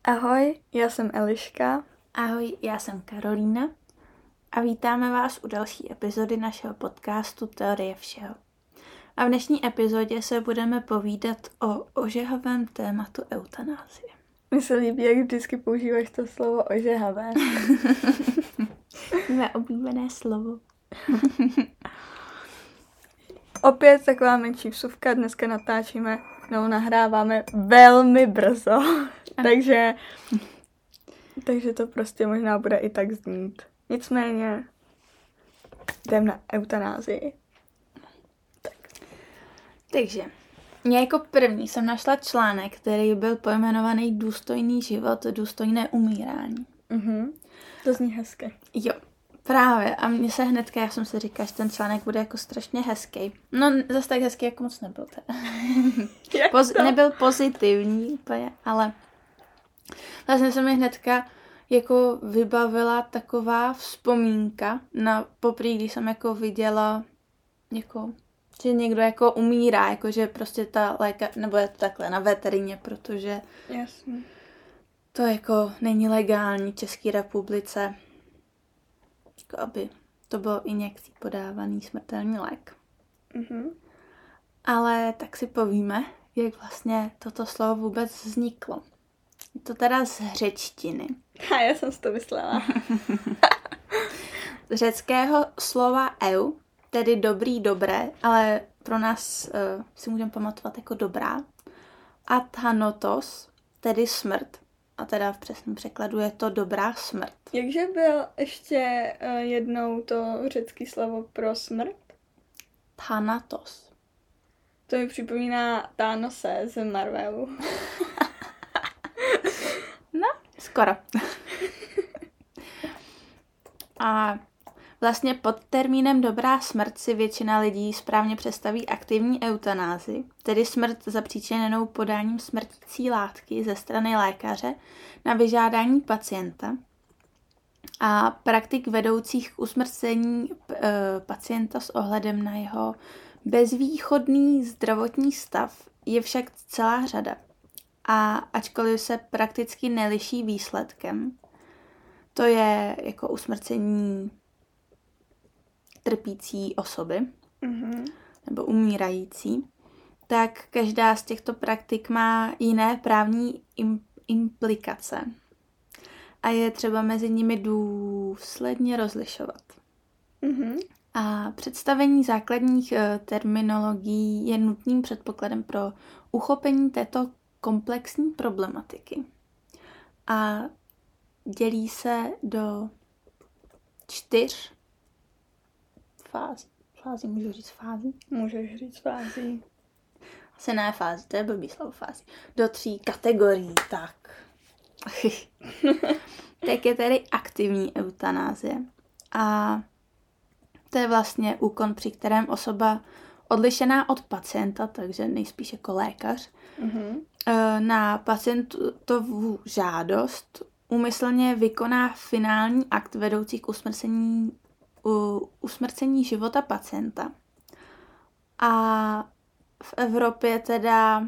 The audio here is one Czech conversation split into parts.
Ahoj, já jsem Eliška. Ahoj, já jsem Karolína a vítáme vás u další epizody našeho podcastu Teorie všeho. A v dnešní epizodě se budeme povídat o ožehavém tématu eutanázie. Mně se líbí, jak vždycky používáš to slovo ožehavé. Mé oblíbené slovo. Opět taková menší vsuvka, dneska nahráváme velmi brzo, takže to prostě možná bude i tak znít. Nicméně jdem na eutanázii. Takže jako první jsem našla článek, který byl pojmenovaný Důstojný život, důstojné umírání. To zní hezky. Jo, právě. A mně se hnedka, já jsem si říkala, že ten článek bude jako strašně hezký. No, zase tak hezký, jako moc nebyl teda. Nebyl pozitivní úplně, ale vlastně se mi hnedka jako vybavila taková vzpomínka na poprvé, když jsem jako viděla jako, že někdo jako umírá, jako že prostě ta léka, nebo je to takhle na veterině, protože Jasně. to jako není legální v České republice, jako aby to bylo injekcí podávaný smrtelný lék. Ale tak si povíme, jak vlastně toto slovo vůbec vzniklo. Je to teda z řečtiny. A já jsem si to myslela. Z řeckého slova eu, tedy dobrý, dobré, ale pro nás si můžeme pamatovat jako dobrá. A thanatos, tedy smrt. A teda v přesném překladu je to dobrá smrt. Jakže byl ještě jednou to řecké slovo pro smrt? Thanatos. To mi připomíná Thanose z Marvelu. No, skoro. A vlastně pod termínem dobrá smrt si většina lidí správně představí aktivní eutanázi, tedy smrt zapříčiněnou podáním smrtící látky ze strany lékaře na vyžádání pacienta a praktik vedoucích k usmrcení pacienta s ohledem na jeho bezvýchodný zdravotní stav je však celá řada. A ačkoliv se prakticky neliší výsledkem, to je jako usmrcení trpící osoby nebo umírající, tak každá z těchto praktik má jiné právní implikace a je třeba mezi nimi důsledně rozlišovat. A představení základních terminologií je nutným předpokladem pro uchopení této komplexní problematiky. A dělí se do 4 fází. Můžu říct fází? Můžeš říct fází. Asi ne fází, to je blbý slovo fází. Do 3 kategorií, tak. Tak je tedy aktivní eutanázie. A to je vlastně úkon, při kterém osoba odlišená od pacienta, takže nejspíš jako lékař, na pacientovu žádost úmyslně vykoná finální akt vedoucí k usmrcení života pacienta. A v Evropě teda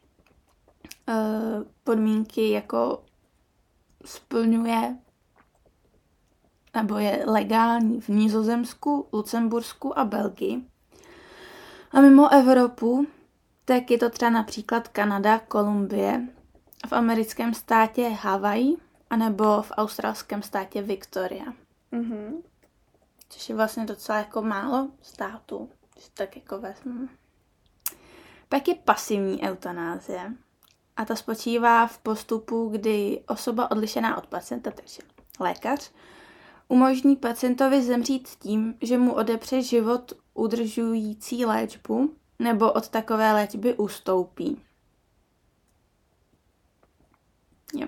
podmínky jako splňuje nebo je legální v Nizozemsku, Lucembursku a Belgii. A mimo Evropu, tak je to třeba například Kanada, Kolumbie, v americkém státě Havaj, anebo v australském státě Victoria. Což je vlastně docela jako málo států, když tak jako vezmu. Pak je pasivní eutanázie a ta spočívá v postupu, kdy osoba odlišená od pacienta, takže lékař, umožní pacientovi zemřít tím, že mu odepře život udržující léčbu nebo od takové léčby ustoupí. Jo.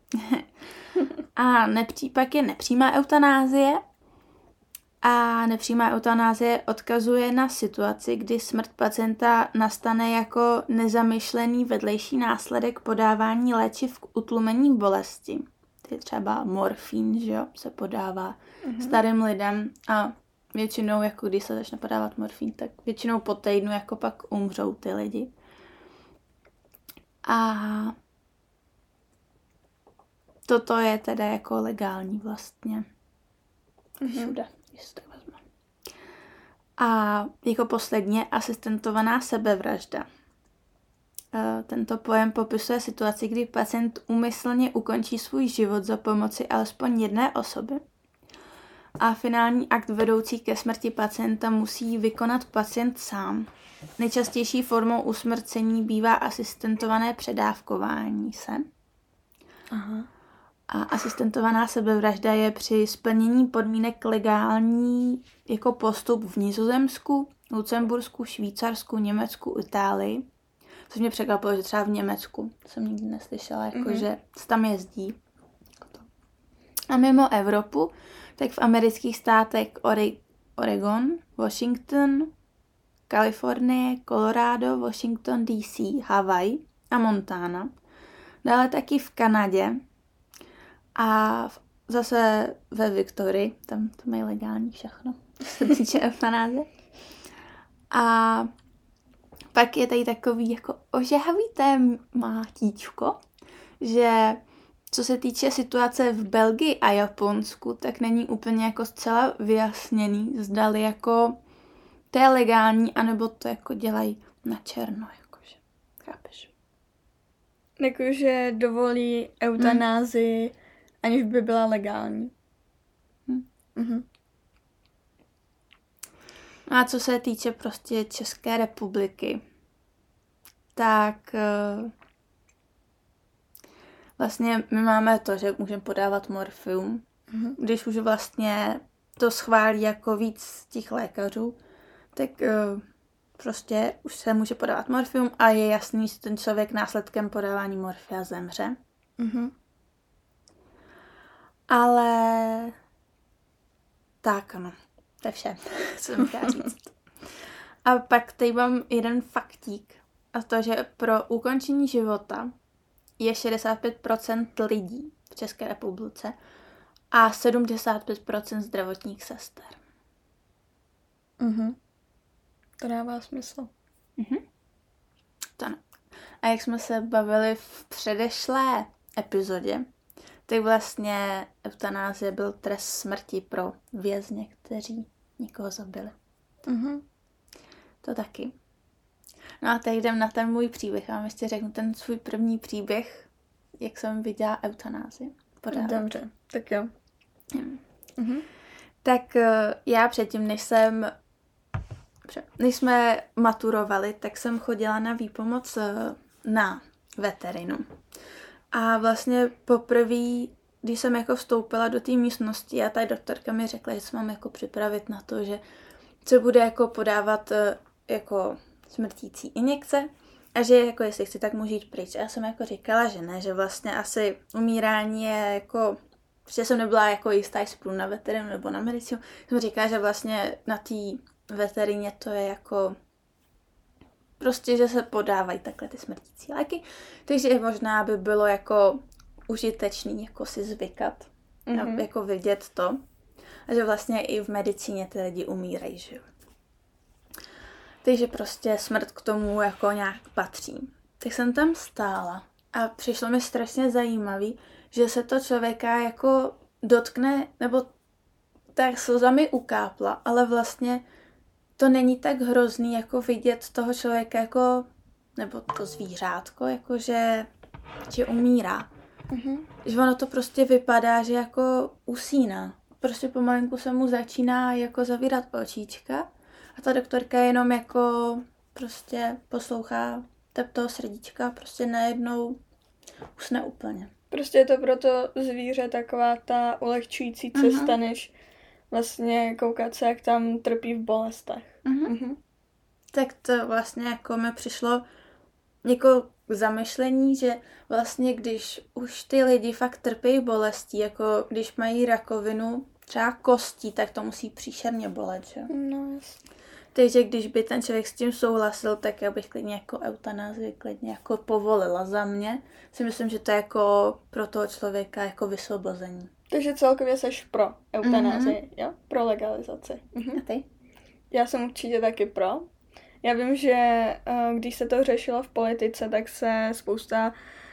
A pak je nepřímá eutanázie. A nepřímá eutanázie odkazuje na situaci, kdy smrt pacienta nastane jako nezamýšlený vedlejší následek podávání léčiv k utlumení bolesti. To je třeba morfín, že jo, se podává starým lidem a většinou, jako když se začne podávat morfín, tak většinou po týdnu jako pak umřou ty lidi. A toto je teda jako legální vlastně. Všude, jestli to vezme. A jako posledně asistentovaná sebevražda. Tento pojem popisuje situaci, kdy pacient úmyslně ukončí svůj život za pomoci alespoň jedné osoby. A finální akt vedoucí ke smrti pacienta musí vykonat pacient sám. Nejčastější formou usmrcení bývá asistentované předávkování se. Aha. A asistentovaná sebevražda je při splnění podmínek legální jako postup v Nizozemsku, Lucembursku, Švýcarsku, Německu, Itálii. Což mě překvapilo, že třeba v Německu jsem nikdy neslyšela, že se tam jezdí. A mimo Evropu, tak v amerických státech Oregon, Washington, Kalifornie, Colorado, Washington DC, Havaj a Montana. Dále taky v Kanadě a zase ve Viktorii, tam to mají legální všechno, co se týče eutanázie. A pak je tady takový jako ožehavý témátíčko, že co se týče situace v Belgii a Japonsku, tak není úplně jako zcela vyjasněný, zdali jako to je legální, anebo to jako dělají na černo, jakože. Chápeš? Jakože dovolí eutanázii, aniž by byla legální. No a co se týče prostě České republiky, tak vlastně my máme to, že můžeme podávat morfium, když už vlastně to schválí jako víc těch lékařů, tak prostě už se může podávat morfium a je jasný, že ten člověk následkem podávání morfia zemře. Ale tak ano, to je vše, co jsem chtěla říct. A pak tady mám jeden faktík. A to, že pro ukončení života je 65% lidí v České republice a 75% zdravotních sester. To dává smysl. To ne. A jak jsme se bavili v předešlé epizodě, tak vlastně eutanázie byl trest smrti pro vězně, kteří někoho zabili. To taky. No a teď jdem na ten můj příběh. Já vám ještě řeknu ten svůj první příběh, jak jsem viděla eutanázii. Dobře, tak jo. Tak já předtím, než jsme maturovali, tak jsem chodila na výpomoc na veterinu. A vlastně poprvé, když jsem jako vstoupila do té místnosti a ta doktorka mi řekla, že se mám jako připravit na to, že se bude jako podávat jako smrtící injekce a že jako jestli chci, tak můžu jít pryč. A já jsem jako říkala, že ne, že vlastně asi umírání je jako, protože jsem nebyla jako jistá, jestli půjdu na veterinu nebo na medicínu. Jsem říkala, že vlastně na té veterině to je jako prostě, že se podávají takhle ty smrtící léky, takže možná by bylo jako užitečný jako si zvykat, jako vidět to, a že vlastně i v medicíně ty lidi umírají, že jo. Takže prostě smrt k tomu jako nějak patří. Tak jsem tam stála a přišlo mi strašně zajímavý, že se to člověka jako dotkne, nebo tak slzami ukápla, ale vlastně to není tak hrozný, jako vidět toho člověka jako, nebo to zvířátko, jako že umírá. Že ono to prostě vypadá, že jako usíná. Prostě pomalinku se mu začíná jako zavírat očíčka a ta doktorka jenom jako prostě poslouchá tep toho srdíčka a prostě najednou usne úplně. Prostě je to pro to zvíře taková ta ulehčující cesta, než vlastně koukat se, jak tam trpí v bolestech. Tak to vlastně jako mi přišlo jako k zamyšlení, že vlastně když už ty lidi fakt trpí bolestí, jako když mají rakovinu třeba kostí, tak to musí příšerně bolet, že? No, jasně. Takže když by ten člověk s tím souhlasil, tak já bych klidně jako eutanázii klidně jako povolila za mě. Si myslím, že to je jako pro toho člověka jako vysvobození. Takže celkově seš pro eutanázii, jo? Pro legalizaci. A ty? Já jsem určitě taky pro. Já vím, že když se to řešilo v politice, tak se spousta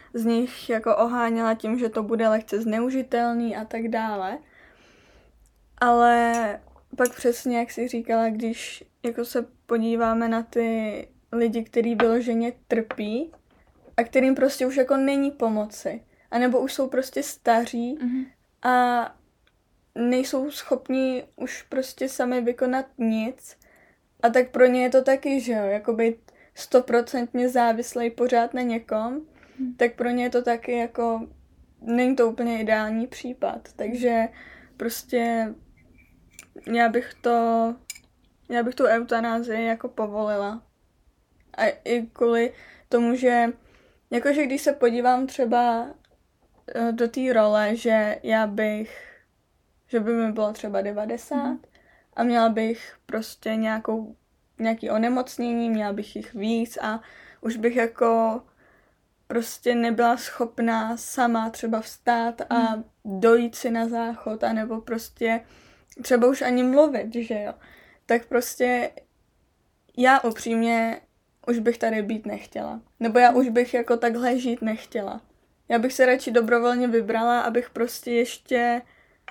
z nich jako oháněla tím, že to bude lehce zneužitelný a tak dále. Ale pak přesně, jak jsi říkala, když jako se podíváme na ty lidi, kteří vyloženě trpí a kterým prostě už jako není pomoci, anebo už jsou prostě staří a nejsou schopni už prostě sami vykonat nic a tak pro ně je to taky, že jo, jako být 100% závislý pořád na někom, tak pro ně je to taky jako, není to úplně ideální případ, takže prostě já bych tu eutanázii jako povolila. A i kvůli tomu, že jakože když se podívám třeba do té role, že že by mi bylo třeba 90 a měla bych prostě nějaký onemocnění, měla bych jich víc a už bych jako prostě nebyla schopná sama třeba vstát a dojít si na záchod, anebo prostě třeba už ani mluvit, že jo. Tak prostě já upřímně už bych tady být nechtěla. Nebo já už bych jako takhle žít nechtěla. Já bych se radši dobrovolně vybrala, abych prostě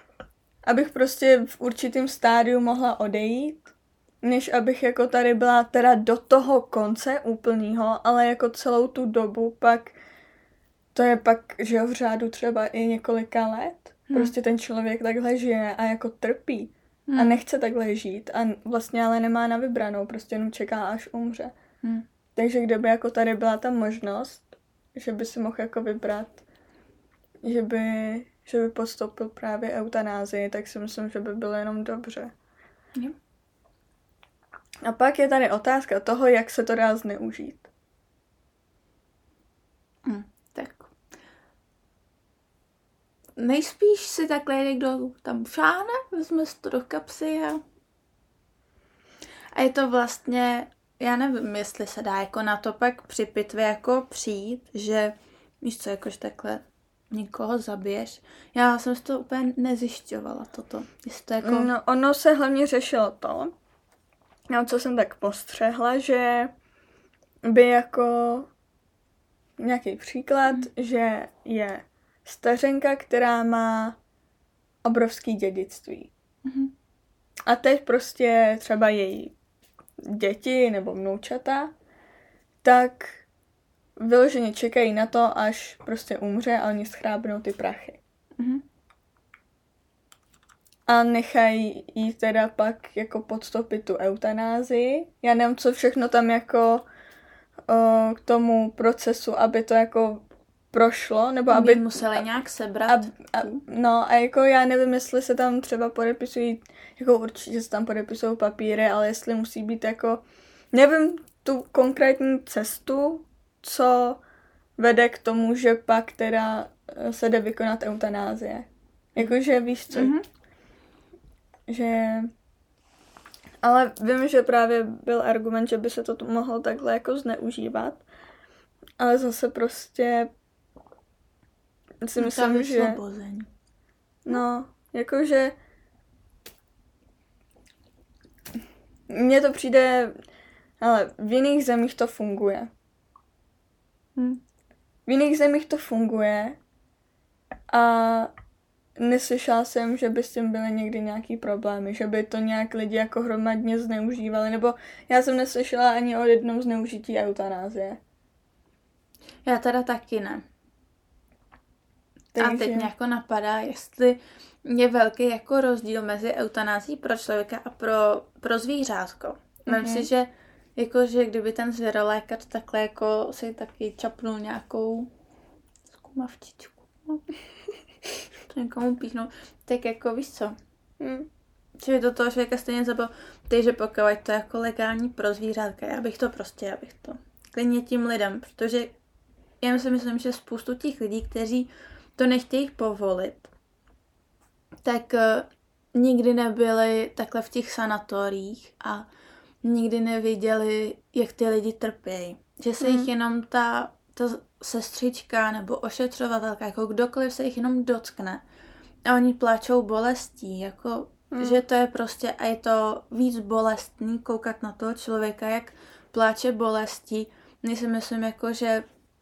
v určitém stádiu mohla odejít, než abych jako tady byla teda do toho konce úplnýho, ale jako celou tu dobu pak, to je pak, že jo, v řádu třeba i několika let. Prostě ten člověk takhle žije a jako trpí a nechce takhle žít a vlastně ale nemá na vybranou, prostě jenom čeká, až umře. Takže kdyby jako tady byla ta možnost, že by si mohl jako vybrat, že by podstoupil právě eutanázii, tak si myslím, že by bylo jenom dobře. A pak je tady otázka toho, jak se to dá zneužít. Tak. Nejspíš si takhle někdo tam šáhne, vezme si to do kapsy a je to vlastně, já nevím, jestli se dá jako na to pak při pitvě jako přijít, že víš co, jakož takhle někoho zabiješ. Já jsem si to úplně nezjišťovala toto. Jestli to jako... No, ono se hlavně řešilo to, no, co jsem tak postřehla, že by jako nějaký příklad, že je stařenka, která má obrovský dědictví. A teď prostě třeba její děti nebo vnoučata, tak vyloženě čekají na to, až prostě umře a oni schrábnou ty prachy. A nechají jí teda pak jako podstoupit tu eutanázii. Já nevím, co všechno tam jako k tomu procesu, aby to jako prošlo, nebo aby... museli nějak sebrat. No a jako já nevím, jestli se tam třeba podepisují, jako určitě se tam podepisují papíry, ale jestli musí být jako, nevím tu konkrétní cestu, co vede k tomu, že pak teda se jde vykonat eutanázie. Jakože víš co, že... Ale vím, že právě byl argument, že by se to mohlo takhle jako zneužívat, ale zase prostě si myslím, že... No, jakože... Mně to přijde... Ale v jiných zemích to funguje. V jiných zemích to funguje a neslyšela jsem, že by s tím byly někdy nějaký problémy, že by to nějak lidi jako hromadně zneužívali, nebo já jsem neslyšela ani o jednom zneužití eutanázie. Já teda taky ne. Takže... A teď mě jako napadá, jestli je velký jako rozdíl mezi eutanází pro člověka a pro zvířátko. Myslím si, že jako, že kdyby ten zvěrolékař takhle jako si taky čapnul nějakou zkumavčičku, to někomu píchnout, tak jako víš co? Že by to toho člověka stejně zabil, takže pokud to jako legální pro zvířátka, já bych to klidně tím lidem, protože já si myslím, že spoustu těch lidí, kteří to nechtějí povolit, tak nikdy nebyli takhle v těch sanatoriích a nikdy neviděli, jak ty lidi trpějí. Že se jich jenom ta sestřička nebo ošetřovatelka, jako kdokoliv se jich jenom dotkne a oni pláčou bolestí, jako že to je prostě a je to víc bolestný koukat na toho člověka, jak pláče bolestí. Já si myslím, jako, že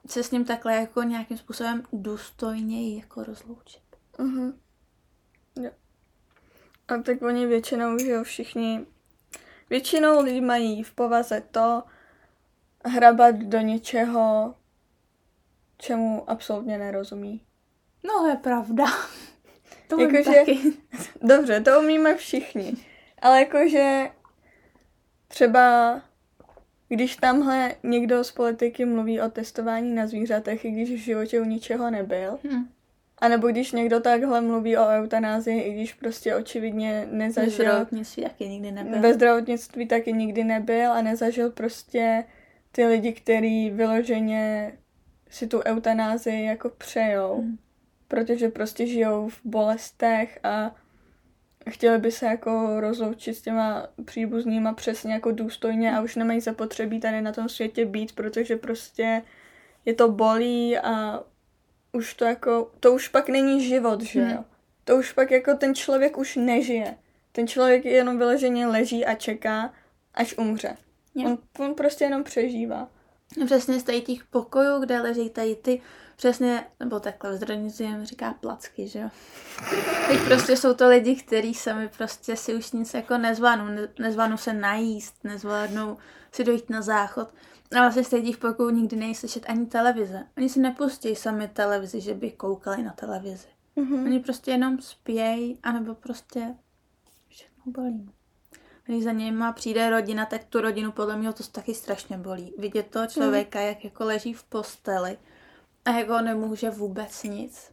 se s ním takhle jako nějakým způsobem důstojněji jako rozloučit. Jo. A tak oni většinou, že jo, většinou lidi mají v povaze to hrabat do něčeho, čemu absolutně nerozumí. No, to je pravda. To jakože, taky. Dobře, to umíme všichni. Ale jakože třeba, když tamhle někdo z politiky mluví o testování na zvířatech, i když v životě u ničeho nebyl, a nebo když někdo takhle mluví o eutanázii, i když prostě očividně nezažil... Ve zdravotnictví taky nikdy nebyl. Ve zdravotnictví taky nikdy nebyl a nezažil prostě ty lidi, kteří vyloženě si tu eutanázii jako přejou. Protože prostě žijou v bolestech a chtěli by se jako rozloučit s těma příbuznýma přesně jako důstojně a už nemají zapotřebí tady na tom světě být, protože prostě je to bolí a už to jako, to už pak není život, že jo? To už pak jako ten člověk už nežije. Ten člověk jenom vyloženě leží a čeká, až umře. On prostě jenom přežívá. Přesně z těch pokojů, kde leží tady ty, přesně, nebo takhle v zdravotnictví říká placky, že jo. Teď prostě jsou to lidi, kteří sami prostě si už nic jako nezvládnou se najíst, nezvládnou si dojít na záchod. A vlastně z těch pokojů nikdy nejslyšet ani televize. Oni si nepustí sami televizi, že by koukali na televizi. Oni prostě jenom spějí, anebo prostě všechno bolí. Když za nějma přijde rodina, tak tu rodinu podle mě to taky strašně bolí. Vidět toho člověka, jak jako leží v posteli a jako nemůže vůbec nic.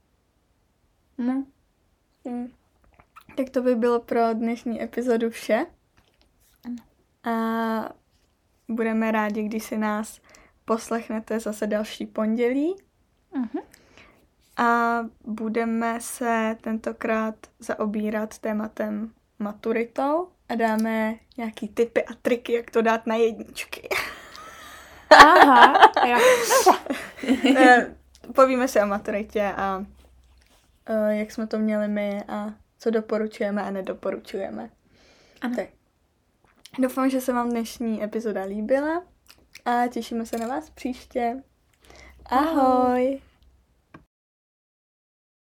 Tak to by bylo pro dnešní epizodu vše. A budeme rádi, když si nás poslechnete zase další pondělí. A budeme se tentokrát zaobírat tématem maturitou a dáme nějaký tipy a triky, jak to dát na jedničky. Aha, jo. Povíme si o maturitě a jak jsme to měli my a co doporučujeme a nedoporučujeme. Ano. Tak. Doufám, že se vám dnešní epizoda líbila a těšíme se na vás příště. Ahoj!